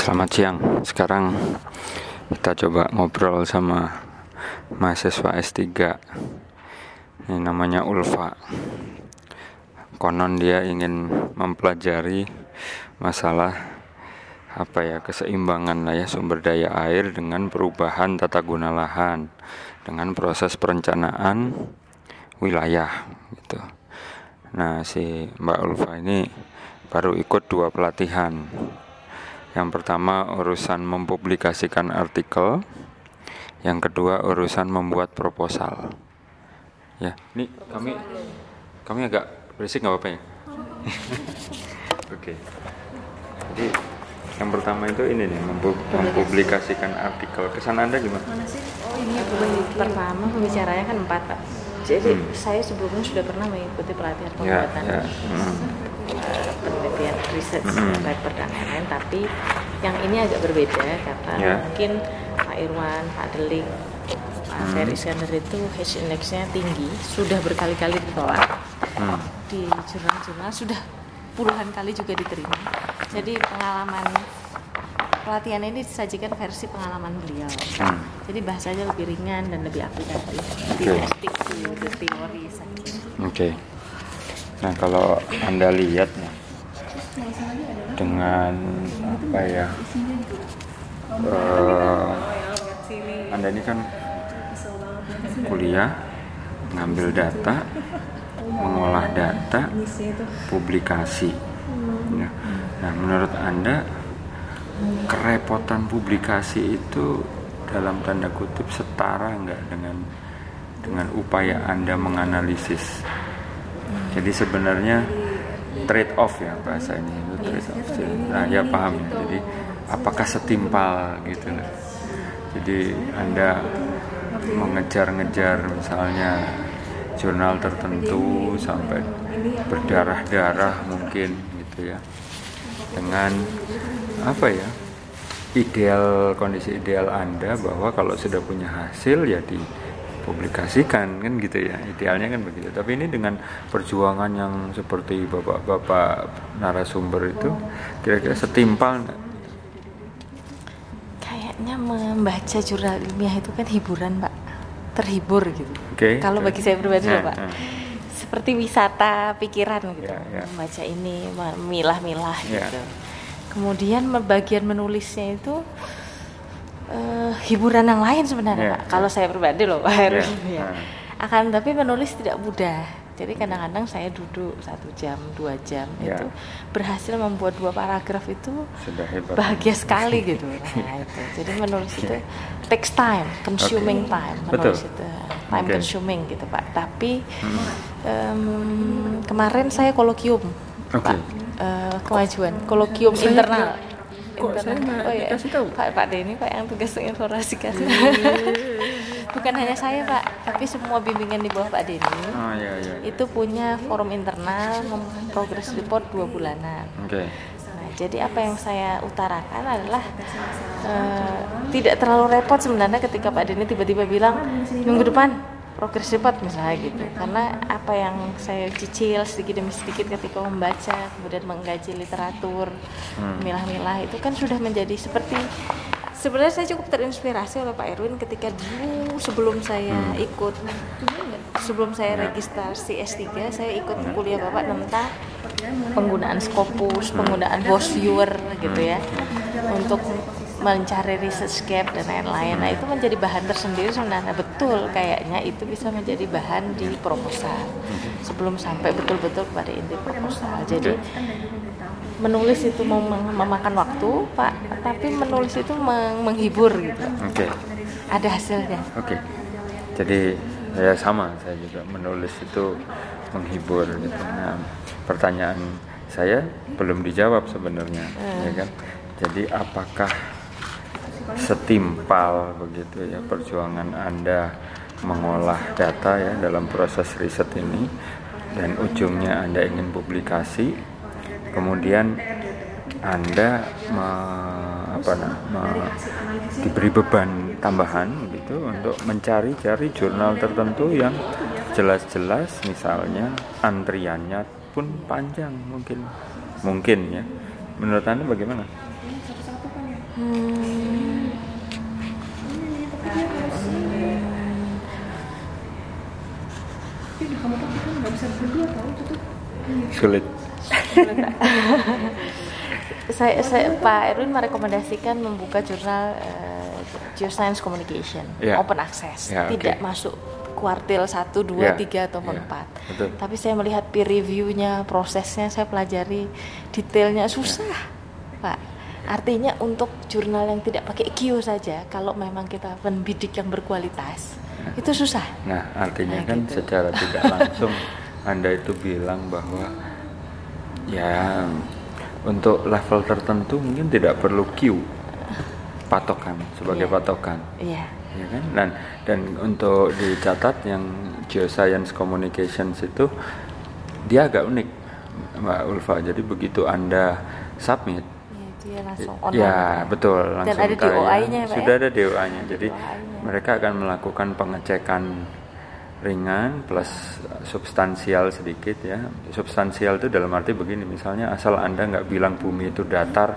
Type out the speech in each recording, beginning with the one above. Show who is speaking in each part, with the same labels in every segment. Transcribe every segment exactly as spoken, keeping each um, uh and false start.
Speaker 1: Selamat siang. Sekarang kita coba ngobrol sama mahasiswa S tiga. Ini namanya Ulfa. Konon dia ingin mempelajari masalah apa ya keseimbangan lah ya sumber daya air dengan perubahan tata guna lahan dengan proses perencanaan wilayah gitu. Nah, si Mbak Ulfa ini baru ikut dua pelatihan. Yang pertama urusan mempublikasikan artikel, yang kedua urusan membuat proposal. Ya, ini kami kami agak berisik nggak apa-apa ya? Oke. Jadi yang pertama itu ini nih mempublikasikan artikel. Kesan Anda gimana?
Speaker 2: Oh ini pertama pembicaranya kan empat Pak. Jadi hmm. saya sebelumnya sudah pernah mengikuti pelatihan pembuatan
Speaker 1: ya, ya. Hmm.
Speaker 2: uh, penelitian riset
Speaker 1: hmm.
Speaker 2: paper dan lain-lain, tapi yang ini agak berbeda karena ya. mungkin Pak Irwan, Pak Deling, Pak hmm. Ferry Iskandar itu H-indexnya tinggi, sudah berkali-kali ditolak hmm. di jurnal-jurnal, sudah puluhan kali juga diterima. Jadi pengalaman pelatihan ini disajikan versi pengalaman beliau. Hmm. Jadi bahasanya lebih ringan dan lebih aplikatif, tidak stick to teori saja.
Speaker 1: Oke. Okay. Nah, kalau Anda lihat nih dengan apa ya? Uh, anda ini kan kuliah, ngambil data, mengolah data, publikasi. Ya. Nah, menurut Anda kerepotan publikasi itu dalam tanda kutip setara enggak dengan dengan upaya Anda menganalisis? Jadi sebenarnya trade off ya bahasa ini itu trade off. Nah, ya paham ya. Jadi apakah setimpal gitu? Jadi Anda mengejar-ngejar misalnya jurnal tertentu sampai berdarah-darah mungkin gitu ya, dengan apa ya ideal, kondisi ideal Anda bahwa kalau sudah punya hasil ya dipublikasikan kan gitu ya, idealnya kan begitu. Tapi ini dengan perjuangan yang seperti bapak-bapak narasumber itu kira-kira setimpal nggak?
Speaker 2: Kayaknya membaca jurnal ilmiah itu kan hiburan Pak, terhibur gitu.
Speaker 1: Okay.
Speaker 2: Kalau bagi saya pribadi
Speaker 1: nah,
Speaker 2: loh Pak,
Speaker 1: nah.
Speaker 2: seperti wisata pikiran gitu,
Speaker 1: yeah, yeah.
Speaker 2: membaca ini, milah-milah
Speaker 1: yeah.
Speaker 2: gitu. Kemudian bagian menulisnya itu uh, hiburan yang lain sebenarnya yeah, Pak. Yeah. Kalau saya pribadi loh Pak Heru, yeah. ya. uh. Akan tapi menulis tidak mudah. Jadi kadang-kadang saya duduk satu jam, dua jam yeah. itu berhasil membuat dua paragraf itu sudah hebat. Bahagia sekali gitu. Nah itu. Jadi menulis itu takes time, consuming okay. time. Menulis Betul. itu time okay. consuming gitu Pak. Tapi hmm. um, kemarin saya kolokium okay. Pak. Uh, kemajuan kolokium saya internal
Speaker 1: kok
Speaker 2: internal.
Speaker 1: Saya
Speaker 2: oh ya
Speaker 1: tahu.
Speaker 2: Pak Pak Denny Pak yang tugas menginformasikan. Bukan hanya saya Pak, tapi semua bimbingan di bawah Pak Denny
Speaker 1: oh, iya, iya.
Speaker 2: itu punya forum internal progress report dua bulanan.
Speaker 1: Okay.
Speaker 2: Nah, jadi apa yang saya utarakan adalah uh, tidak terlalu repot sebenarnya ketika Pak Denny tiba-tiba bilang minggu depan progress report misalnya gitu, karena apa yang saya cicil sedikit demi sedikit ketika membaca, kemudian mengkaji literatur, hmm. milah-milah itu kan sudah menjadi seperti, sebenarnya saya cukup terinspirasi oleh Pak Erwin ketika dulu sebelum saya hmm. ikut, sebelum saya registrasi S tiga, saya ikut kuliah Bapak tentang penggunaan Scopus, penggunaan Ghost Viewer gitu ya, untuk mencari research gap dan lain-lain. Nah itu menjadi bahan tersendiri sebenarnya, betul kayaknya itu bisa menjadi bahan di proposal sebelum sampai betul-betul pada inti proposal. Jadi menulis itu mem- memakan waktu Pak, tapi menulis itu meng- menghibur gitu.
Speaker 1: Oke. Okay.
Speaker 2: Ada hasilnya.
Speaker 1: Oke. Okay. Jadi ya sama, saya juga menulis itu menghibur gitu. Nah, pertanyaan saya belum dijawab sebenarnya, hmm. ya kan? Jadi apakah setimpal begitu ya perjuangan Anda mengolah data ya dalam proses riset ini dan ujungnya Anda ingin publikasi, kemudian Anda me, apa nah, me, diberi beban tambahan gitu untuk mencari-cari jurnal tertentu yang jelas-jelas misalnya antriannya pun panjang mungkin mungkin ya. Menurut Anda bagaimana?
Speaker 2: Hmm.
Speaker 1: Sulit.
Speaker 2: saya, saya Pak Erwin merekomendasikan membuka jurnal uh, Geoscience Communication,
Speaker 1: yeah.
Speaker 2: open access,
Speaker 1: yeah,
Speaker 2: tidak
Speaker 1: okay.
Speaker 2: masuk kuartil satu, dua,
Speaker 1: yeah.
Speaker 2: tiga atau
Speaker 1: yeah.
Speaker 2: empat.
Speaker 1: Betul.
Speaker 2: Tapi saya melihat peer review-nya, prosesnya saya pelajari, detailnya susah, yeah. Pak. Artinya untuk jurnal yang tidak pakai Q saja, kalau memang kita penbidik yang berkualitas, nah. itu susah.
Speaker 1: Nah, artinya
Speaker 2: nah,
Speaker 1: kan
Speaker 2: gitu.
Speaker 1: secara tidak langsung Anda itu bilang bahwa ya untuk level tertentu mungkin tidak perlu Q patokan sebagai yeah. patokan.
Speaker 2: Iya.
Speaker 1: Ya kan? Dan dan untuk dicatat yang Geoscience Communications itu dia agak unik, Mbak Ulfa. Jadi begitu Anda submit,
Speaker 2: ya, langsung online.
Speaker 1: Ya, betul, langsung.
Speaker 2: Dan ada D O I-nya, Pak.
Speaker 1: Sudah ada D O I-nya. Jadi
Speaker 2: D O I-nya.
Speaker 1: Mereka akan melakukan pengecekan ringan plus substansial sedikit ya. Substansial itu dalam arti begini, misalnya asal Anda nggak bilang bumi itu datar,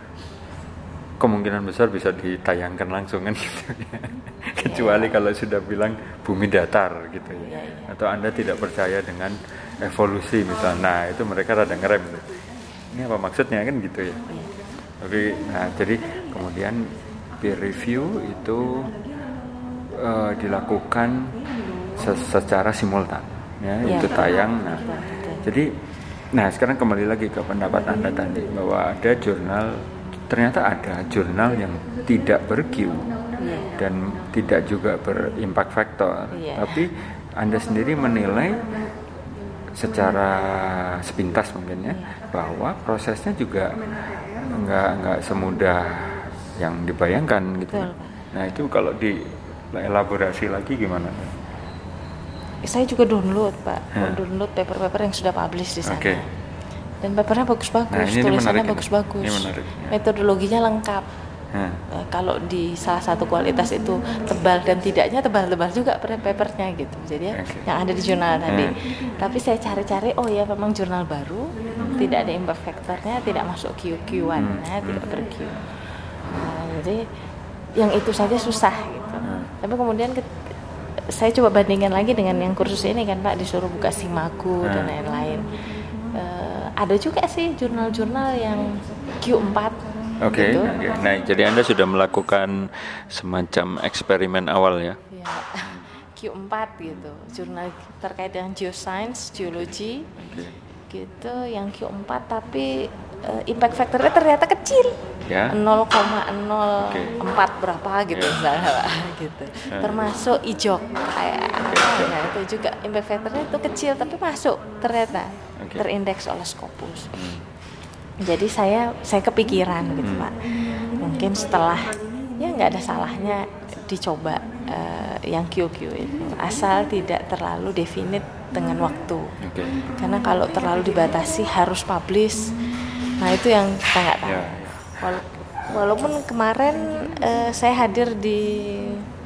Speaker 1: kemungkinan besar bisa ditayangkan langsung kan gitu ya. Kecuali kalau sudah bilang bumi datar gitu ya. Atau Anda tidak percaya dengan evolusi misalnya. Nah, itu mereka rada ngerem gitu. Ini apa maksudnya kan gitu ya. Tapi nah jadi kemudian peer review itu uh, dilakukan se- secara simultan ya, ya itu tayang. Nah, jadi nah sekarang kembali lagi ke pendapat Anda tadi bahwa ada jurnal, ternyata ada jurnal yang tidak ber-Q ya. Dan tidak juga berimpact factor, ya. Tapi Anda sendiri menilai secara sepintas mungkin ya, ya. Bahwa prosesnya juga nggak nggak semudah yang dibayangkan gitu. Betul. Nah itu kalau dielaborasi lagi gimana?
Speaker 2: Saya juga download Pak, hmm. download paper-paper yang sudah publish di sana. Okay. Dan papernya bagus-bagus, nah, tulisannya bagus-bagus, metodologinya lengkap. Hmm. Nah, kalau di salah satu kualitas itu tebal dan tidaknya tebal-tebal juga papernya gitu. Jadi ya, okay. yang ada di jurnal tadi. Hmm. Tapi saya cari-cari, oh ya memang jurnal baru, hmm. tidak ada impact factornya, tidak masuk Q Q-an, hmm. nah, tidak ber-Q. Nah, jadi yang itu saja susah gitu. Hmm. Tapi kemudian ke, saya coba bandingkan lagi dengan yang kursus ini kan Pak, disuruh buka Simaku hmm. dan lain-lain. Uh, ada juga sih jurnal-jurnal yang Q empat.
Speaker 1: Oke, okay,
Speaker 2: gitu.
Speaker 1: okay. Nah jadi Anda sudah melakukan semacam eksperimen awal ya?
Speaker 2: Ya, Q empat gitu, jurnal terkait dengan geoscience, geologi, okay. gitu, yang Q empat tapi uh, impact factornya ternyata kecil, yeah. nol koma nol empat okay. berapa gitu yeah. misalnya Pak, gitu. Yeah. Termasuk I J O C, kayak okay. nah itu juga impact factornya itu kecil tapi masuk ternyata okay. terindeks oleh Scopus. Hmm. Jadi saya saya kepikiran gitu hmm. Pak, mungkin setelah ya nggak ada salahnya dicoba uh, yang Q Q itu, asal tidak terlalu definite dengan waktu. Okay. Karena kalau terlalu dibatasi harus publish, nah itu yang kita nggak tahu. Yeah. Wala- walaupun kemarin uh, saya hadir di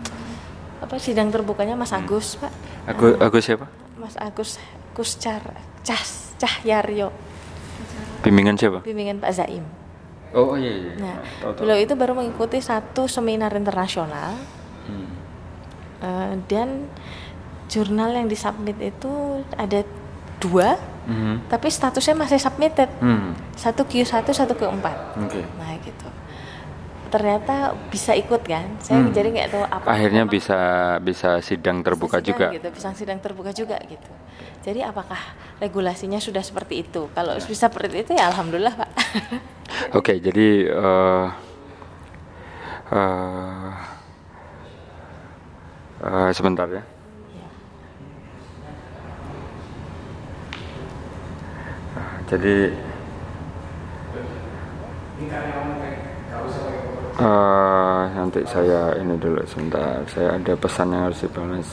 Speaker 2: apa sidang terbukanya Mas Agus Pak.
Speaker 1: Agus, Agus siapa?
Speaker 2: Mas Agus Kuscar Cas Cahyaryo.
Speaker 1: Bimbingan siapa?
Speaker 2: Bimbingan Pak Zaim.
Speaker 1: Oh iya iya.
Speaker 2: Nah, beliau itu baru mengikuti satu seminar internasional hmm. uh, dan jurnal yang disubmit itu ada dua, hmm. tapi statusnya masih submitted. Hmm. Satu Q satu, satu Q empat. Okay. Nah gitu. Ternyata bisa ikut kan? Saya hmm. jadi nggak tahu apa.
Speaker 1: Akhirnya bisa bisa sidang terbuka
Speaker 2: bisa sidang,
Speaker 1: juga.
Speaker 2: Gitu, bisa sidang terbuka juga gitu. Jadi apakah regulasinya sudah seperti itu? Kalau ya. bisa seperti itu ya alhamdulillah Pak.
Speaker 1: Oke, okay, jadi uh, uh, uh, sebentar ya. ya. Uh, jadi uh, nanti saya ini dulu sebentar. Saya ada pesan yang harus dibalas.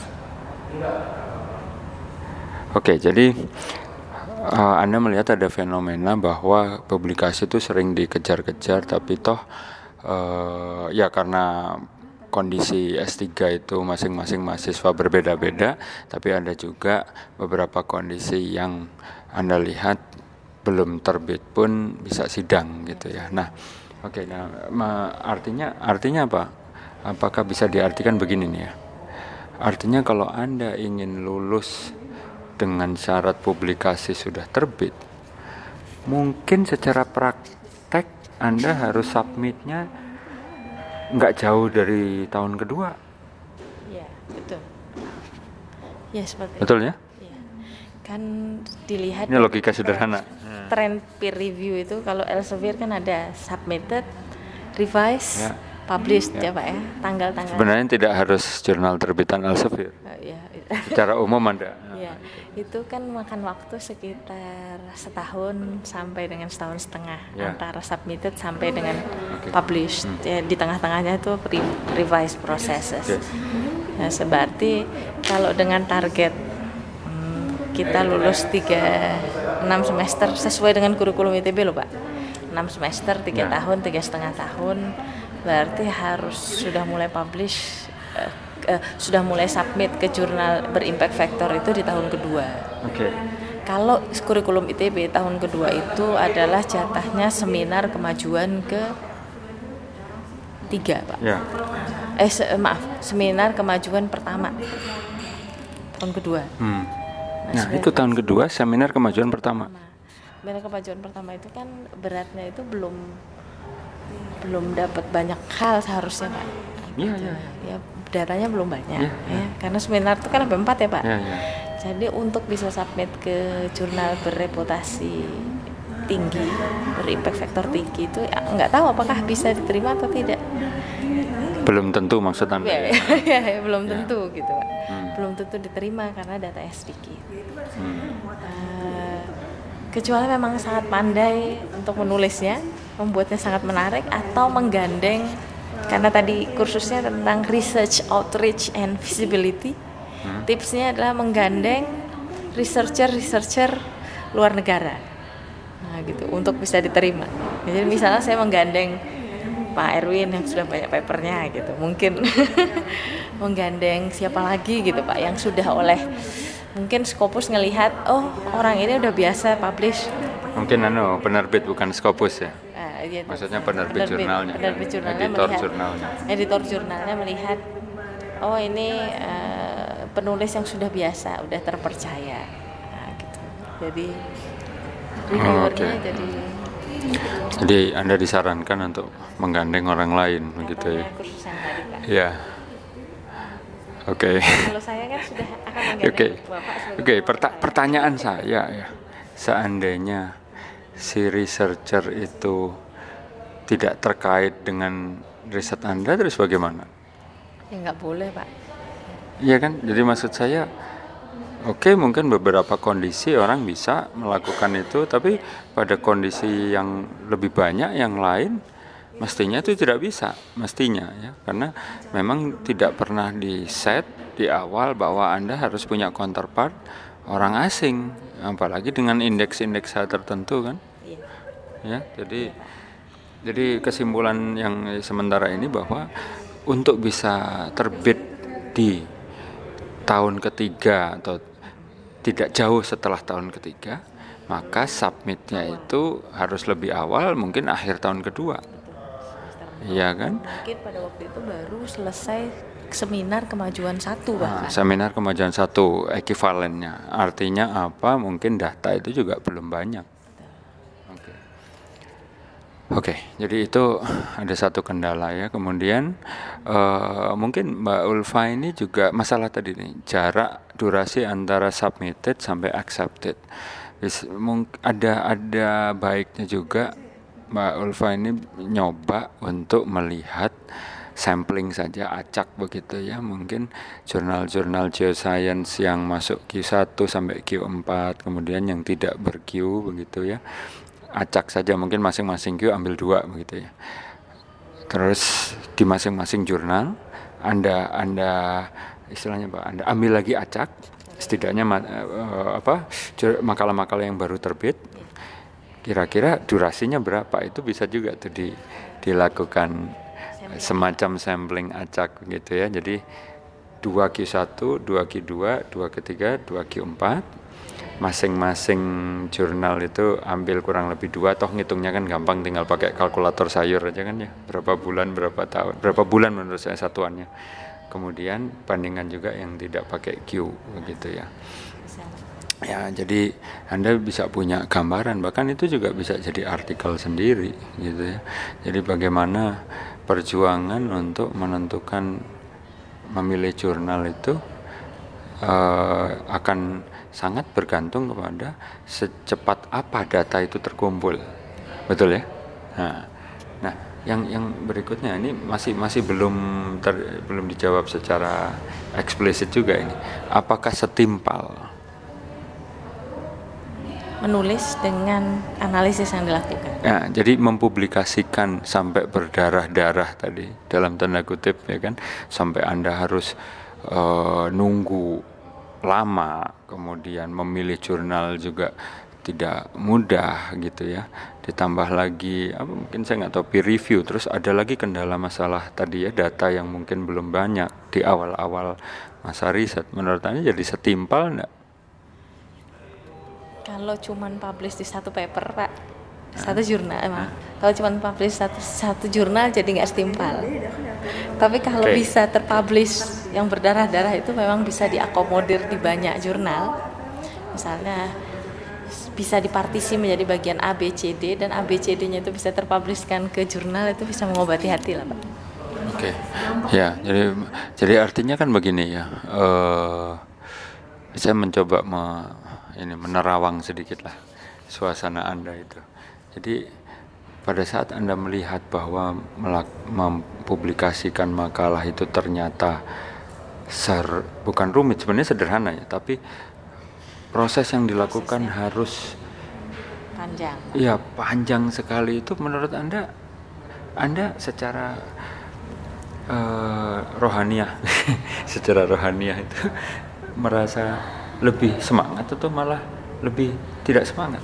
Speaker 1: Oke, okay, jadi uh, Anda melihat ada fenomena bahwa publikasi itu sering dikejar-kejar, tapi toh uh, ya karena kondisi S tiga itu masing-masing mahasiswa berbeda-beda, tapi ada juga beberapa kondisi yang Anda lihat belum terbit pun bisa sidang gitu ya. Nah, Oke, nah ma- artinya artinya apa? Apakah bisa diartikan begini nih ya? Artinya kalau Anda ingin lulus dengan syarat publikasi sudah terbit, mungkin secara praktek Anda harus submitnya nggak jauh dari tahun kedua.
Speaker 2: Iya, betul. Ya seperti
Speaker 1: Betul
Speaker 2: itu.
Speaker 1: ya?
Speaker 2: Iya. Kan dilihat
Speaker 1: Ini logika sederhana.
Speaker 2: tren peer review itu kalau Elsevier kan ada submitted, revised,
Speaker 1: Ya.
Speaker 2: published
Speaker 1: Ya.
Speaker 2: ya Pak ya, tanggal-tanggal.
Speaker 1: Sebenarnya tidak harus jurnal terbitan Elsevier.
Speaker 2: Uh, ya.
Speaker 1: Secara umum ada.
Speaker 2: Ya, itu kan makan waktu sekitar setahun sampai dengan setahun setengah
Speaker 1: Ya.
Speaker 2: antara submitted sampai dengan
Speaker 1: Oke.
Speaker 2: published.
Speaker 1: Hmm.
Speaker 2: Ya, di tengah-tengahnya itu re- revised processes.
Speaker 1: Oke.
Speaker 2: Nah, seberarti kalau dengan target hmm, kita lulus tiga enam semester sesuai dengan kurikulum I T B loh Pak. enam semester, tiga
Speaker 1: Ya.
Speaker 2: tahun, tiga setengah tahun, berarti harus sudah mulai publish, eh, eh, sudah mulai submit ke jurnal berimpact factor itu di tahun kedua.
Speaker 1: Oke.
Speaker 2: Kalau kurikulum I T B tahun kedua itu adalah jatahnya seminar kemajuan ke tiga Pak.
Speaker 1: Ya.
Speaker 2: Eh se- maaf, seminar kemajuan pertama tahun kedua.
Speaker 1: Hmm.
Speaker 2: Nah,
Speaker 1: Nah,
Speaker 2: seminar
Speaker 1: itu tahun kedua seminar kemajuan pertama.
Speaker 2: pertama. Seminar kemajuan pertama itu kan beratnya itu belum belum dapat banyak hal seharusnya Pak.
Speaker 1: Iya,
Speaker 2: Gitu.
Speaker 1: iya.
Speaker 2: Ya datanya belum banyak
Speaker 1: Iya,
Speaker 2: ya, karena seminar itu kan ada empat ya Pak.
Speaker 1: Ya, ya.
Speaker 2: Jadi untuk bisa submit ke jurnal berreputasi tinggi, berimpact factor tinggi itu ya, nggak tahu apakah bisa diterima atau tidak.
Speaker 1: Belum tentu maksud Anda.
Speaker 2: Ya,
Speaker 1: Ya.
Speaker 2: ya, ya, belum tentu gitu Pak.
Speaker 1: Hmm.
Speaker 2: Belum tentu diterima karena datanya sedikit.
Speaker 1: Hmm.
Speaker 2: Eh, kecuali memang sangat pandai untuk menulisnya, membuatnya sangat menarik atau menggandeng karena tadi kursusnya tentang research outreach and visibility.
Speaker 1: Hmm.
Speaker 2: Tipsnya adalah menggandeng researcher-researcher luar negara. Nah, gitu untuk bisa diterima. Jadi misalnya saya menggandeng Pak Erwin yang sudah banyak papernya gitu, mungkin menggandeng siapa lagi gitu Pak yang sudah oleh mungkin Scopus ngelihat oh orang ini udah biasa publish.
Speaker 1: Mungkin anu penerbit bukan Scopus ya.
Speaker 2: Nah, iya,
Speaker 1: Maksudnya penerbit jurnalnya,
Speaker 2: penerbit jurnalnya
Speaker 1: editor
Speaker 2: melihat,
Speaker 1: jurnalnya.
Speaker 2: editor jurnalnya melihat oh ini eh, penulis yang sudah biasa, udah terpercaya, nah, gitu. Jadi reviewernya
Speaker 1: oke.
Speaker 2: jadi
Speaker 1: Jadi Anda disarankan untuk menggandeng orang lain begitu ya.
Speaker 2: makanya kursus yang tadi Pak.
Speaker 1: Ya. Oke.
Speaker 2: Kalau saya kan sudah akan menggandeng
Speaker 1: Oke.
Speaker 2: Bapak sebagai
Speaker 1: Oke,
Speaker 2: pengawas
Speaker 1: perta-
Speaker 2: saya.
Speaker 1: pertanyaan saya ya. Seandainya si researcher itu tidak terkait dengan riset Anda, terus bagaimana?
Speaker 2: Ya nggak boleh Pak.
Speaker 1: Iya kan? Jadi maksud saya, oke mungkin beberapa kondisi orang bisa melakukan itu, tapi pada kondisi yang lebih banyak yang lain, mestinya itu tidak bisa, mestinya ya, karena memang tidak pernah di set di awal bahwa Anda harus punya counterpart orang asing, apalagi dengan indeks-indeks tertentu kan,
Speaker 2: Iya.
Speaker 1: ya. Jadi jadi kesimpulan yang sementara ini bahwa untuk bisa terbit di tahun ketiga atau tidak jauh setelah tahun ketiga, maka submitnya itu harus lebih awal, mungkin akhir tahun kedua. Iya kan?
Speaker 2: Mungkin pada waktu itu baru selesai seminar kemajuan satu
Speaker 1: Nah,
Speaker 2: bahkan.
Speaker 1: seminar kemajuan satu ekivalennya. Artinya apa? Mungkin data itu juga belum banyak. Oke. Oke, jadi itu ada satu kendala ya. Kemudian eh, mungkin Mbak Ulfa ini juga masalah tadi nih, jarak durasi antara submitted sampai accepted. Bis- mung- ada ada baiknya juga Mbak Ulfa ini nyoba untuk melihat sampling saja, acak begitu ya, mungkin jurnal-jurnal geoscience yang masuk Q satu sampai Q empat, kemudian yang tidak ber-Q begitu ya, acak saja, mungkin masing-masing Q ambil dua begitu ya. Terus di masing-masing jurnal Anda Anda istilahnya Pak, Anda ambil lagi acak, setidaknya uh, apa jur- makalah-makalah yang baru terbit, kira-kira durasinya berapa, itu bisa juga tuh di, dilakukan semacam sampling acak gitu ya. Jadi dua Q satu, dua Q dua, dua Q tiga, dua Q empat, masing-masing jurnal itu ambil kurang lebih dua, toh ngitungnya kan gampang, tinggal pakai kalkulator sayur aja kan ya, berapa bulan berapa tahun, berapa bulan menurut saya satuannya. Kemudian bandingkan juga yang tidak pakai Q begitu ya. Ya, jadi Anda bisa punya gambaran, bahkan itu juga bisa jadi artikel sendiri gitu ya. Jadi bagaimana perjuangan untuk menentukan memilih jurnal itu uh, akan sangat bergantung kepada secepat apa data itu terkumpul, betul ya. Nah, nah yang yang berikutnya ini masih masih belum ter, belum dijawab secara eksplisit juga ini. Apakah setimpal
Speaker 2: menulis dengan analisis yang dilakukan?
Speaker 1: Ya, jadi mempublikasikan sampai berdarah-darah tadi dalam tanda kutip ya kan, sampai Anda harus uh, nunggu lama, kemudian memilih jurnal juga tidak mudah gitu ya, ditambah lagi apa, mungkin saya nggak tahu peer review, terus ada lagi kendala masalah tadi ya, data yang mungkin belum banyak di awal-awal masa riset. Menurut Anda jadi setimpal enggak?
Speaker 2: Kalau cuman publish di satu paper Pak, satu jurnal emang. Kalau cuman publish satu satu jurnal jadi nggak setimpal. Tapi kalau okay. bisa terpublish yang berdarah-darah itu memang bisa diakomodir di banyak jurnal. Misalnya bisa dipartisi menjadi bagian A, B, C, D, dan A, B, C, D-nya itu bisa terpublishkan ke jurnal, itu bisa mengobati hati lah Pak.
Speaker 1: Oke, okay. Ya, jadi jadi artinya kan begini ya. Uh, saya mencoba me, ini menerawang sedikit lah suasana Anda itu. Jadi pada saat Anda melihat bahwa melak, mempublikasikan makalah itu ternyata ser, bukan rumit, sebenarnya sederhana ya, tapi proses yang dilakukan Prosesnya. harus
Speaker 2: panjang.
Speaker 1: Iya, panjang sekali. Itu menurut Anda, Anda secara uh, rohaniah, secara rohaniah itu merasa lebih semangat atau malah lebih tidak semangat?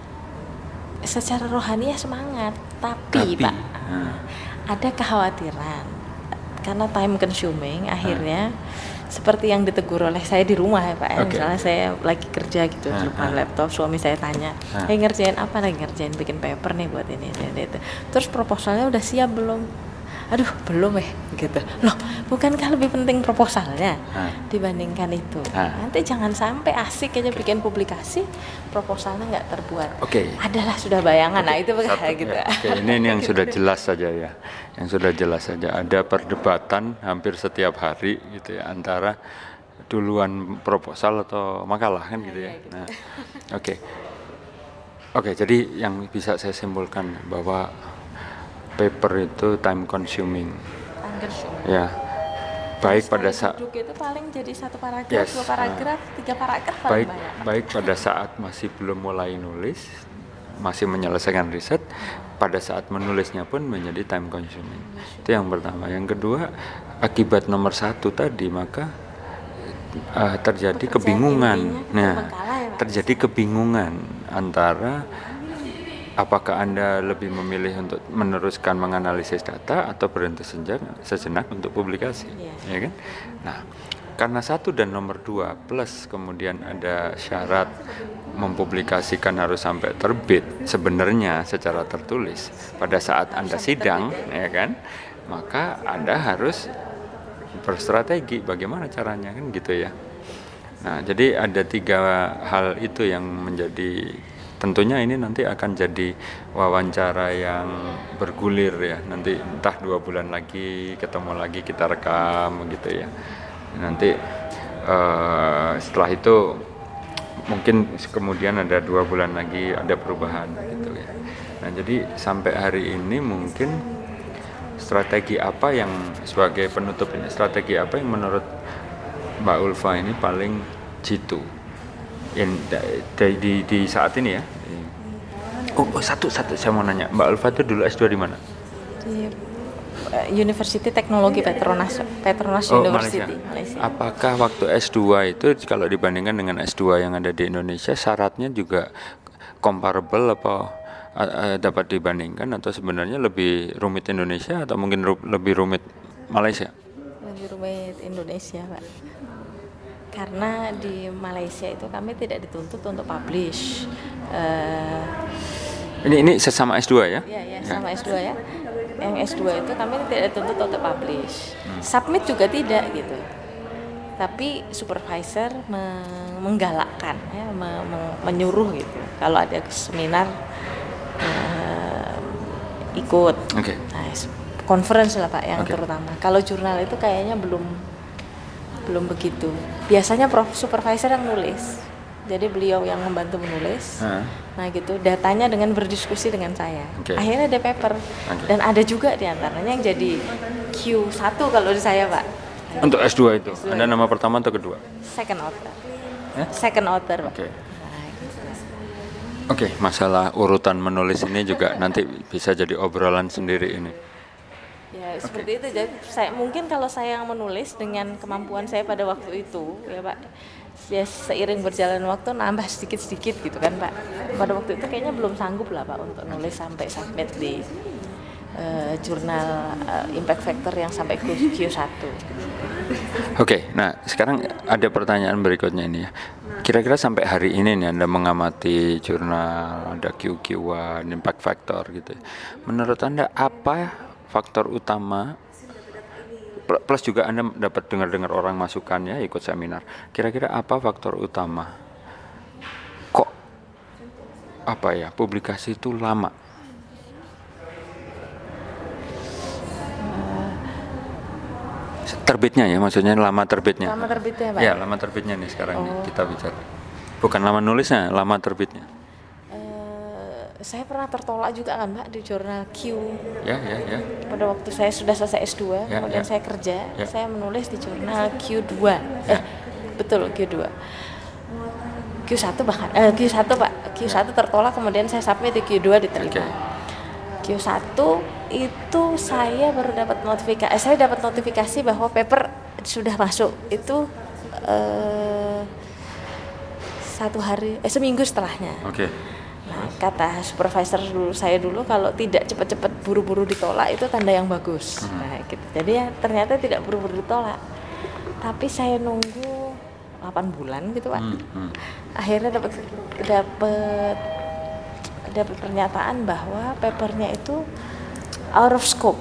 Speaker 2: Secara rohani ya semangat, tapi, tapi Pak hmm. ada kekhawatiran karena time consuming akhirnya hmm. seperti yang ditegur oleh saya di rumah ya Pak. Okay. Misalnya saya lagi kerja gitu hmm. di depan hmm. laptop, suami saya tanya, hmm. hey, ngerjain apa? Lagi ngerjain bikin paper nih buat ini, ini, ini. Terus proposalnya udah siap belum? Aduh belum eh gitu. Loh, bukankah lebih penting proposalnya hmm. dibandingkan itu? Hmm. Nanti jangan sampai asik aja okay. bikin publikasi, proposalnya nggak terbuat.
Speaker 1: Oke. Okay.
Speaker 2: Adalah sudah bayangan. Okay. Nah itu
Speaker 1: Satu,
Speaker 2: gitu.
Speaker 1: Ya. Oke, okay. ini, ini yang sudah jelas saja ya. Yang sudah jelas saja. Ada perdebatan hampir setiap hari gitu ya, antara duluan proposal atau makalah kan gitu ya. Nah, oke. Okay. Oke, okay, jadi yang bisa saya simpulkan bahwa paper itu time consuming.
Speaker 2: Time consuming.
Speaker 1: Ya. Baik pada saat
Speaker 2: itu paling jadi satu paragraf,
Speaker 1: yes,
Speaker 2: dua paragraf, uh, tiga paragraf
Speaker 1: baik,
Speaker 2: banyak.
Speaker 1: Baik pada saat masih belum mulai nulis, masih menyelesaikan riset, pada saat menulisnya pun menjadi time consuming. Itu yang pertama. Yang kedua, akibat nomor satu tadi, maka uh, terjadi Pekerjaan kebingungan. Nah, ya, terjadi kebingungan antara apakah Anda lebih memilih untuk meneruskan menganalisis data atau berhenti sejenak, sejenak untuk publikasi, yeah. ya kan? Nah, karena satu dan nomor dua plus kemudian ada syarat mempublikasikan harus sampai terbit sebenarnya secara tertulis pada saat Anda sidang, ya kan? Maka Anda harus berstrategi bagaimana caranya kan gitu ya. Nah, jadi ada tiga hal itu yang menjadi, tentunya ini nanti akan jadi wawancara yang bergulir ya, nanti entah dua bulan lagi ketemu lagi kita rekam gitu ya, nanti uh, setelah itu mungkin kemudian ada dua bulan lagi ada perubahan gitu ya. Nah jadi sampai hari ini mungkin strategi apa yang sebagai penutup ini, strategi apa yang menurut Mbak Ulfa ini paling jitu In, di, di, di saat ini ya. Oh, oh satu satu saya mau nanya, Mbak Ulfa itu dulu S dua di mana?
Speaker 2: Di uh, University Teknologi Petronas Petronas
Speaker 1: oh,
Speaker 2: University
Speaker 1: Malaysia.
Speaker 2: Malaysia.
Speaker 1: Apakah waktu S dua itu kalau dibandingkan dengan S dua yang ada di Indonesia syaratnya juga comparable apa uh, dapat dibandingkan, atau sebenarnya lebih rumit Indonesia atau mungkin ru- lebih rumit Malaysia?
Speaker 2: Lebih rumit Indonesia, Pak. karena di Malaysia itu kami tidak dituntut untuk publish. Uh,
Speaker 1: ini ini sesama S dua ya?
Speaker 2: Iya, ya, sama ya. S dua ya. Yang S dua itu kami tidak dituntut untuk publish. Hmm. Submit juga tidak gitu. Tapi supervisor me- menggalakkan, ya, me- me- menyuruh gitu. Kalau ada seminar uh, ikut.
Speaker 1: Okay.
Speaker 2: Nah, conference lah Pak yang okay. terutama. Kalau jurnal itu kayaknya belum belum begitu. Biasanya prof supervisor yang nulis. Jadi beliau yang membantu menulis. Uh. Nah gitu, datanya dengan berdiskusi dengan saya. Okay. Akhirnya ada paper. Okay. Dan ada juga diantaranya yang jadi Q satu kalau di saya Pak.
Speaker 1: Untuk S dua itu? S dua. Anda nama pertama atau kedua?
Speaker 2: Second author. Eh? Second author Pak.
Speaker 1: Oke. Okay. Oke, okay, masalah urutan menulis ini juga nanti bisa jadi obrolan sendiri ini.
Speaker 2: Ya seperti okay. itu. Jadi saya mungkin kalau saya yang menulis dengan kemampuan saya pada waktu itu, ya Pak, ya seiring berjalan waktu nambah sedikit-sedikit gitu kan Pak. Pada waktu itu kayaknya belum sanggup lah Pak untuk nulis sampai submit di uh, jurnal uh, Impact Factor yang sampai Q satu.
Speaker 1: Oke, okay, nah sekarang ada pertanyaan berikutnya ini ya. Kira-kira sampai hari ini nih Anda mengamati jurnal, ada Q Q satu, Impact Factor gitu. Menurut Anda apa faktor utama, plus juga Anda dapat dengar-dengar orang masukan ya, ikut seminar. Kira-kira apa faktor utama? Kok apa ya, publikasi itu lama? Terbitnya ya, maksudnya lama terbitnya.
Speaker 2: Lama terbitnya, Pak.
Speaker 1: Ya, lama terbitnya nih sekarang oh. nih kita bicara. Bukan lama nulisnya, lama terbitnya.
Speaker 2: Uh, saya pernah tertolak juga kan, Pak, di jurnal Q.
Speaker 1: Ya, ya, ya.
Speaker 2: Pada waktu saya sudah selesai S dua, ya, kemudian ya. saya kerja, ya. saya menulis di jurnal Q dua. Ya. Eh, betul Q dua. Q satu bahkan eh, Q satu Pak, Q satu ya. tertolak, kemudian saya submit di Q dua diterima. Okay. Q satu itu saya baru dapat notifikasi, eh, saya dapat notifikasi bahwa paper sudah masuk itu eh, satu hari, eh seminggu setelahnya.
Speaker 1: Oke. Okay.
Speaker 2: Nah, kata supervisor dulu saya dulu kalau tidak cepat-cepat buru-buru ditolak itu tanda yang bagus. Hmm. Nah, gitu. Jadi ya ternyata tidak buru-buru ditolak. Tapi saya nunggu delapan bulan gitu Pak. Hmm. Hmm. Akhirnya dapat dapat dapat pernyataan bahwa papernya itu out of scope.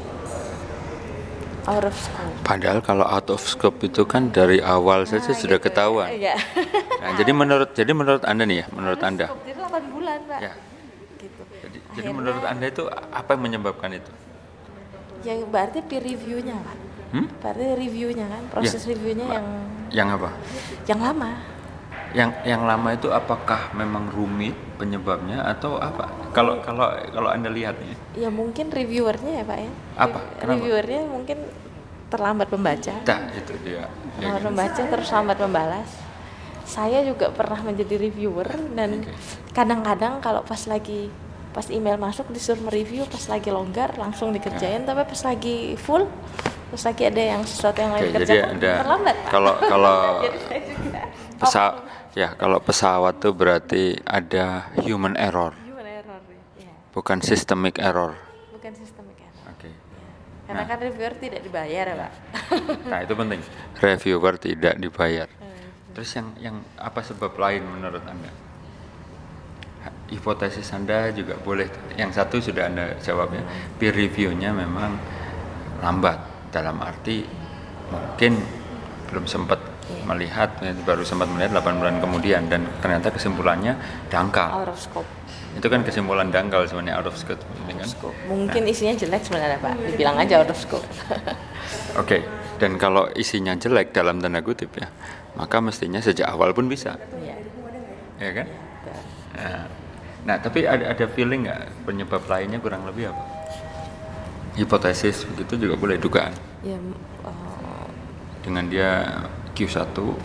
Speaker 2: Out of scope.
Speaker 1: Padahal kalau out of scope itu kan dari awal nah, saja sudah gitu, ketahuan.
Speaker 2: Ya.
Speaker 1: Nah, jadi menurut jadi menurut Anda nih ya, menurut
Speaker 2: out
Speaker 1: Anda.
Speaker 2: Jadi delapan bulan, Pak.
Speaker 1: Ya. Gitu. Jadi, jadi menurut Anda itu apa yang menyebabkan itu?
Speaker 2: Ya berarti peer review-nya, Pak. Hmm? Berarti review-nya kan, proses ya. reviewnya yang
Speaker 1: yang apa?
Speaker 2: Yang lama.
Speaker 1: Yang yang lama itu apakah memang rumit penyebabnya atau apa? Kalau kalau kalau Anda lihat nih.
Speaker 2: Ya mungkin reviewernya ya Pak ya.
Speaker 1: Apa? Kenapa?
Speaker 2: Reviewernya mungkin terlambat membaca.
Speaker 1: Nah, itu dia.
Speaker 2: Terlambat ya, membaca gitu. Terus lambat membalas. Saya juga pernah menjadi reviewer dan okay. kadang-kadang kalau pas lagi pas email masuk disuruh mereview, pas lagi longgar langsung dikerjain, ya. Tapi pas lagi full terus lagi ada yang sesuatu yang lain okay, kerjakan terlambat Pak.
Speaker 1: Kalau kalau pesawat ya kalau pesawat tuh berarti ada human error.
Speaker 2: Human error ya.
Speaker 1: Bukan systemic error.
Speaker 2: Bukan systemic error.
Speaker 1: Oke. Okay.
Speaker 2: Ya. Karena nah. kan reviewer tidak dibayar ya Pak.
Speaker 1: Nah itu penting. Reviewer tidak dibayar. Terus yang yang apa sebab lain menurut Anda? Hipotesis Anda juga boleh. Yang satu sudah Anda jawab ya. Peer review-nya memang lambat. Dalam arti mungkin belum sempat yeah. melihat, baru sempat melihat delapan bulan kemudian dan ternyata kesimpulannya dangkal.
Speaker 2: Out of scope.
Speaker 1: Itu kan kesimpulan dangkal sebenarnya, out of scope.
Speaker 2: Out of scope. Mungkin nah. isinya jelek sebenarnya Pak, dibilang aja out of scope.
Speaker 1: Oke, okay. Dan kalau isinya jelek dalam tanda kutip ya, maka mestinya sejak awal pun bisa. Iya. Yeah. Ya kan? Yeah, nah, nah, tapi ada ada feeling nggak penyebab lainnya kurang lebih apa? Hipotesis begitu juga boleh, dugaan.
Speaker 2: Ya, uh,
Speaker 1: dengan dia Q satu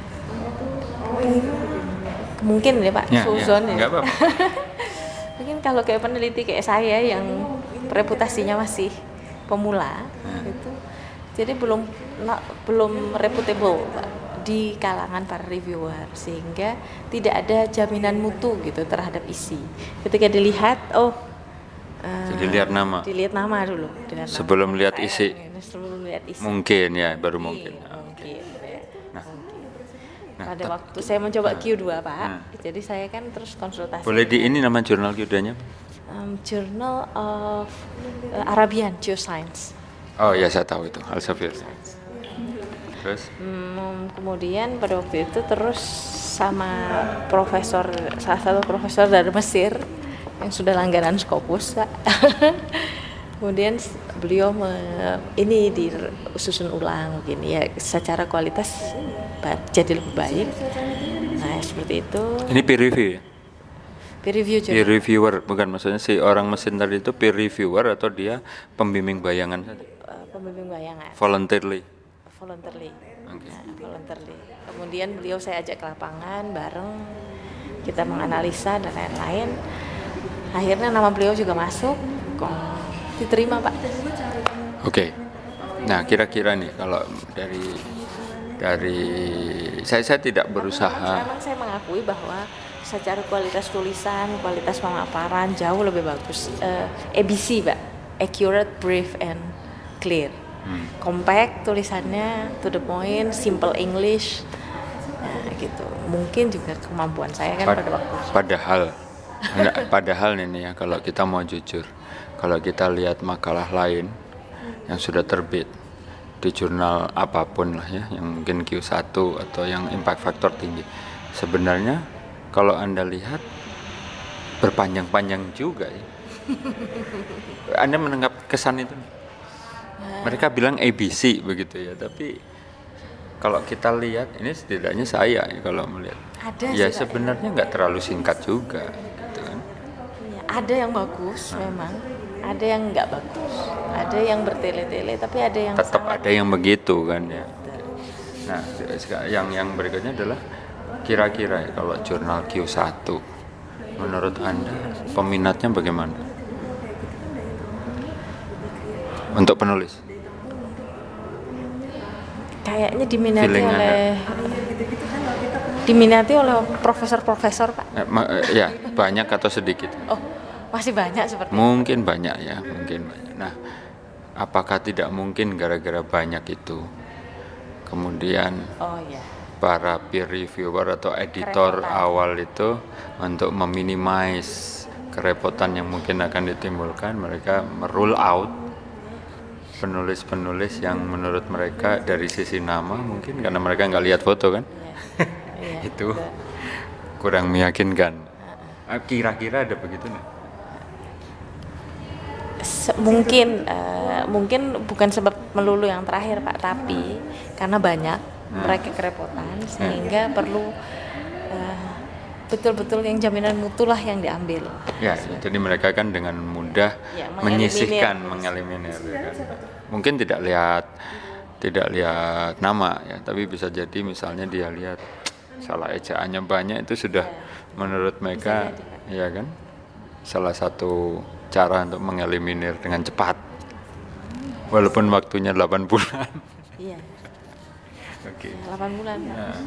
Speaker 2: mungkin ya Pak,
Speaker 1: ya,
Speaker 2: suzon ya.
Speaker 1: Enggak apa-apa.
Speaker 2: Mungkin kalau kayak peneliti kayak saya yang reputasinya masih pemula hmm. gitu. Jadi belum na, belum reputable Pak di kalangan para reviewer, sehingga tidak ada jaminan mutu gitu terhadap isi. Ketika dilihat, oh Uh,
Speaker 1: jadi lihat nama.
Speaker 2: Dilihat nama dulu. Dilihat
Speaker 1: sebelum
Speaker 2: nama.
Speaker 1: lihat isi.
Speaker 2: Sebelum lihat isi.
Speaker 1: Mungkin ya, baru mungkin.
Speaker 2: Mungkin.
Speaker 1: Okay.
Speaker 2: Ya.
Speaker 1: Nah, Nah,
Speaker 2: pada
Speaker 1: tak-
Speaker 2: waktu saya mencoba
Speaker 1: nah,
Speaker 2: Q dua Pak,
Speaker 1: nah.
Speaker 2: jadi saya kan terus konsultasi.
Speaker 1: Boleh di ini nama jurnal Q dua-nya?
Speaker 2: Um, Journal of uh, Arabian Geoscience.
Speaker 1: Oh ya, saya tahu itu, Elsevier. Terus?
Speaker 2: Hmm, kemudian pada waktu itu terus sama profesor, salah satu profesor dari Mesir yang sudah langganan Scopus, Pak. Kemudian beliau me, ini disusun ulang begini ya, secara kualitas ba- jadi lebih baik. Nah seperti itu.
Speaker 1: Ini peer review ya?
Speaker 2: Peer review
Speaker 1: Peer
Speaker 2: jurnal.
Speaker 1: reviewer, bukan maksudnya si orang mesin tadi itu peer reviewer atau dia pembimbing bayangan saja?
Speaker 2: Uh, pembimbing bayangan.
Speaker 1: Voluntarily.
Speaker 2: Voluntarily.
Speaker 1: Oke.
Speaker 2: Nah, voluntarily. Kemudian beliau saya ajak ke lapangan bareng, kita menganalisa dan lain-lain. Akhirnya nama beliau juga masuk, kok diterima Pak.
Speaker 1: Oke. Nah, kira-kira nih kalau dari dari saya saya tidak berusaha.
Speaker 2: Memang saya mengakui bahwa secara kualitas tulisan, kualitas pemaparan jauh lebih bagus. Uh, A B C Pak, accurate, brief, and clear. Hmm. Compact tulisannya, to the point, simple English. Nah, gitu. Mungkin juga kemampuan saya kan
Speaker 1: Pad-
Speaker 2: pada waktu.
Speaker 1: Padahal, enggak, padahal ini ya kalau kita mau jujur, kalau kita lihat makalah lain yang sudah terbit di jurnal apapun lah ya, yang mungkin Q satu atau yang impact factor tinggi, sebenarnya kalau Anda lihat berpanjang-panjang juga ya. Anda menangkap kesan itu? Mereka bilang A B C begitu ya, tapi kalau kita lihat ini setidaknya saya ya, kalau melihat
Speaker 2: Ada
Speaker 1: ya
Speaker 2: sih,
Speaker 1: sebenarnya nggak terlalu singkat juga gitu kan.
Speaker 2: Ya, ada yang bagus nah. Memang, ada yang nggak bagus, ada yang bertele-tele, tapi ada yang
Speaker 1: tetap
Speaker 2: sangat
Speaker 1: ada yang begitu kan ya. Nah, yang yang berikutnya adalah kira-kira ya, kalau jurnal Q satu menurut Anda peminatnya bagaimana untuk penulis?
Speaker 2: Kayaknya diminati
Speaker 1: Feeling
Speaker 2: oleh
Speaker 1: Anda.
Speaker 2: diminati oleh profesor-profesor Pak.
Speaker 1: Eh, ma- eh, ya banyak atau sedikit?
Speaker 2: Oh masih banyak seperti
Speaker 1: Mungkin banyak ya, mungkin banyak. Nah, apakah tidak mungkin gara-gara banyak itu kemudian
Speaker 2: oh ya
Speaker 1: para peer reviewer atau editor
Speaker 2: kerepotan.
Speaker 1: awal itu untuk meminimais kerepotan yang mungkin akan ditimbulkan, mereka merule out penulis-penulis yang menurut mereka dari sisi nama mungkin karena mereka nggak lihat foto kan,
Speaker 2: ya,
Speaker 1: itu
Speaker 2: betul.
Speaker 1: kurang meyakinkan. Kira-kira ada begitu nih?
Speaker 2: Se- mungkin uh, mungkin bukan sebab melulu yang terakhir Pak, tapi karena banyak hmm. mereka kerepotan sehingga hmm. perlu uh, betul-betul yang jaminan mutu lah yang diambil.
Speaker 1: Ya, so. Jadi mereka kan dengan mudah
Speaker 2: ya,
Speaker 1: menyisihkan, mengeliminir. Ya kan? Mungkin tidak lihat, tidak lihat nama ya, tapi bisa jadi misalnya dia lihat salah ejaannya banyak, itu sudah ya. Menurut mereka, ya kan, salah satu cara untuk mengeliminir dengan cepat, walaupun waktunya delapan bulan.
Speaker 2: Iya.
Speaker 1: Oke. Okay.
Speaker 2: delapan bulan.
Speaker 1: Nah,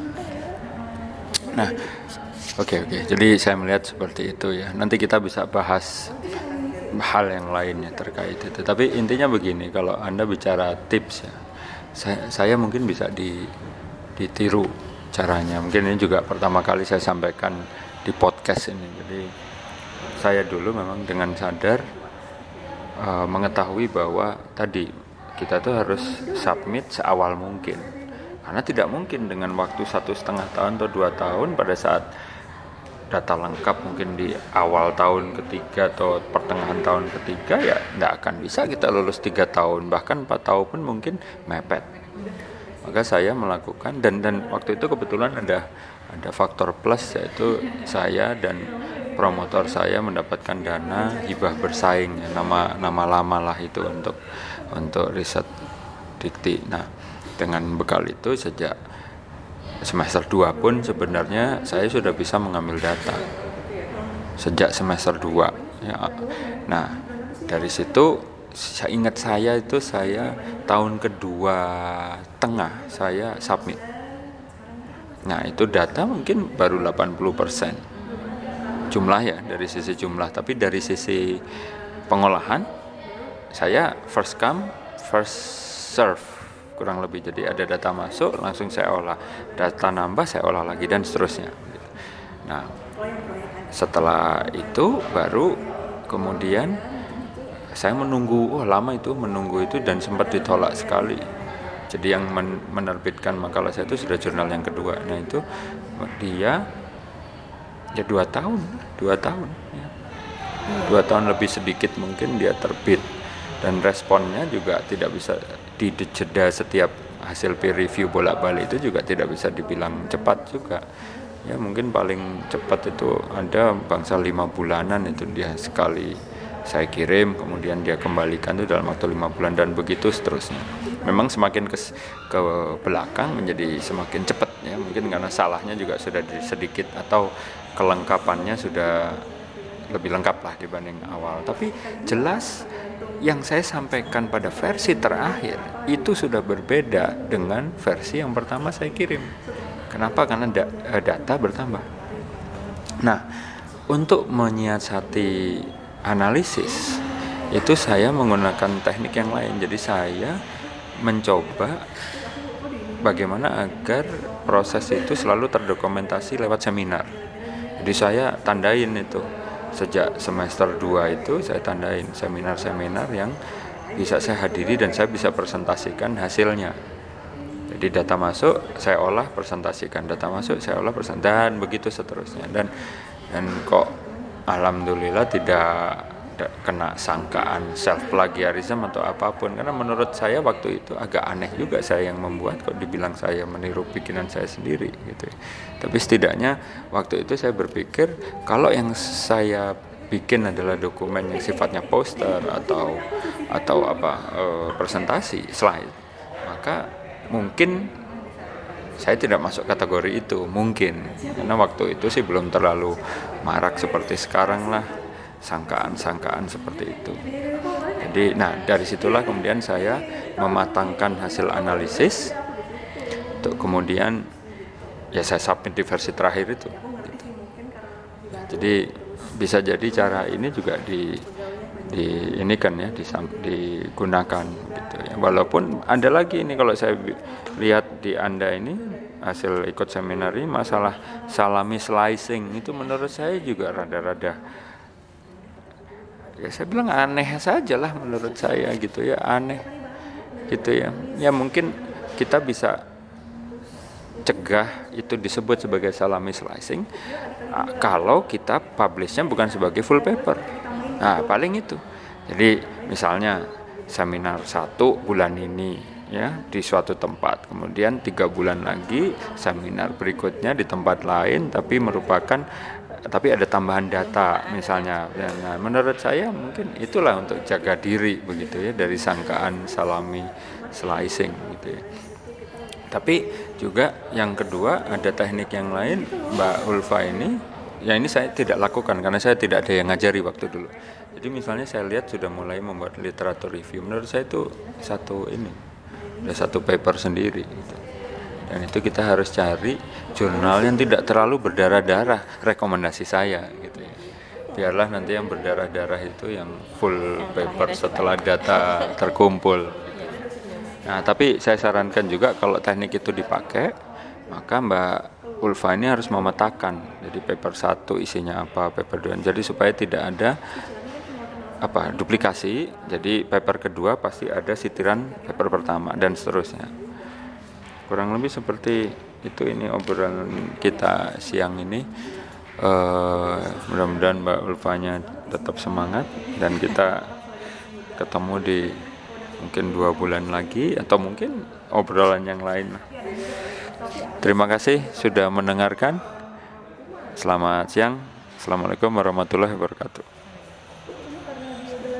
Speaker 1: nah oke okay, oke. Okay. Jadi saya melihat seperti itu ya. Nanti kita bisa bahas hal yang lainnya terkait itu. Tapi intinya begini, kalau Anda bicara tips ya, saya, saya mungkin bisa di, ditiru caranya. Mungkin ini juga pertama kali saya sampaikan di podcast ini. Jadi saya dulu memang dengan sadar uh, mengetahui bahwa tadi kita tuh harus submit seawal mungkin. Karena tidak mungkin dengan waktu satu setengah tahun atau dua tahun pada saat data lengkap mungkin di awal tahun ketiga atau pertengahan tahun ketiga ya tidak akan bisa kita lulus tiga tahun, bahkan empat tahun pun mungkin mepet. Maka saya melakukan dan dan waktu itu kebetulan ada ada faktor plus, yaitu saya dan promotor saya mendapatkan dana hibah bersaing ya, nama nama lama lah itu untuk untuk riset dikti. Nah, dengan bekal itu sejak semester dua pun sebenarnya saya sudah bisa mengambil data sejak semester dua ya. Nah, dari situ saya ingat saya itu saya tahun kedua tengah saya submit. Nah, itu data mungkin baru delapan puluh persen jumlah ya, dari sisi jumlah, tapi dari sisi pengolahan saya first come first serve kurang lebih. Jadi ada data masuk, langsung saya olah, data nambah saya olah lagi, dan seterusnya. Nah, setelah itu baru kemudian saya menunggu, oh lama itu menunggu itu, dan sempat ditolak sekali. Jadi yang men- menerbitkan makalah saya itu sudah jurnal yang kedua. Nah itu dia ya dua tahun, dua tahun, ya. dua tahun lebih sedikit mungkin dia terbit, dan responnya juga tidak bisa di jeda setiap hasil peer review bolak-balik itu juga tidak bisa dibilang cepat juga. Ya mungkin paling cepat itu ada bangsa lima bulanan itu dia sekali saya kirim, kemudian dia kembalikan itu dalam waktu lima bulan, dan begitu seterusnya. Memang semakin ke, ke belakang menjadi semakin cepat, ya mungkin karena salahnya juga sudah sedikit atau kelengkapannya sudah lebih lengkap lah dibanding awal. Tapi jelas yang saya sampaikan pada versi terakhir itu sudah berbeda dengan versi yang pertama saya kirim. Kenapa? Karena da- data bertambah. Nah, untuk menyiasati analisis itu saya menggunakan teknik yang lain. Jadi saya mencoba bagaimana agar proses itu selalu terdokumentasi lewat seminar. Jadi saya tandain itu sejak semester dua itu saya tandain seminar-seminar yang bisa saya hadiri dan saya bisa presentasikan hasilnya. Jadi data masuk saya olah presentasikan, data masuk saya olah presentasikan, dan begitu seterusnya. Dan dan kok alhamdulillah tidak kena sangkaan self plagiarism atau apapun, karena menurut saya waktu itu agak aneh juga saya yang membuat, kok dibilang saya meniru bikinan saya sendiri gitu. Tapi setidaknya waktu itu saya berpikir kalau yang saya bikin adalah dokumen yang sifatnya poster atau atau apa e, presentasi slide, maka mungkin saya tidak masuk kategori itu, mungkin karena waktu itu sih belum terlalu marak seperti sekarang lah sangkaan-sangkaan seperti itu. Jadi nah dari situlah kemudian saya mematangkan hasil analisis untuk kemudian ya saya submit di versi terakhir itu gitu. Jadi bisa jadi cara ini juga di di ini kan ya disam, digunakan gitu ya. Walaupun ada lagi ini kalau saya lihat di Anda ini hasil ikut seminar ini masalah salami slicing itu menurut saya juga rada-rada ya saya bilang aneh saja lah menurut saya gitu ya, aneh gitu ya. Ya mungkin kita bisa cegah itu disebut sebagai salami slicing kalau kita publishnya bukan sebagai full paper. Nah paling itu. Jadi misalnya seminar satu bulan ini ya di suatu tempat, kemudian tiga bulan lagi seminar berikutnya di tempat lain tapi merupakan tapi ada tambahan data misalnya. Nah, menurut saya mungkin itulah untuk jaga diri begitu ya dari sangkaan salami slicing gitu ya. Tapi juga yang kedua ada teknik yang lain Mbak Ulfa ini, ya ini saya tidak lakukan karena saya tidak ada yang ngajari waktu dulu. Jadi misalnya saya lihat sudah mulai membuat literatur review, menurut saya itu satu ini, ada satu paper sendiri gitu. Dan itu kita harus cari jurnal yang tidak terlalu berdarah-darah, rekomendasi saya gitu ya. Biarlah nanti yang berdarah-darah itu yang full paper setelah data terkumpul. Nah, tapi saya sarankan juga kalau teknik itu dipakai, maka Mbak Ulfa ini harus memetakan. Jadi paper satu isinya apa, paper dua. Jadi supaya tidak ada apa duplikasi. Jadi paper kedua pasti ada sitiran paper pertama dan seterusnya. Kurang lebih seperti itu ini obrolan kita siang ini. Uh, mudah-mudahan Mbak Ulfanya tetap semangat dan kita ketemu di mungkin dua bulan lagi atau mungkin obrolan yang lain. Terima kasih sudah mendengarkan. Selamat siang. Assalamualaikum warahmatullahi wabarakatuh.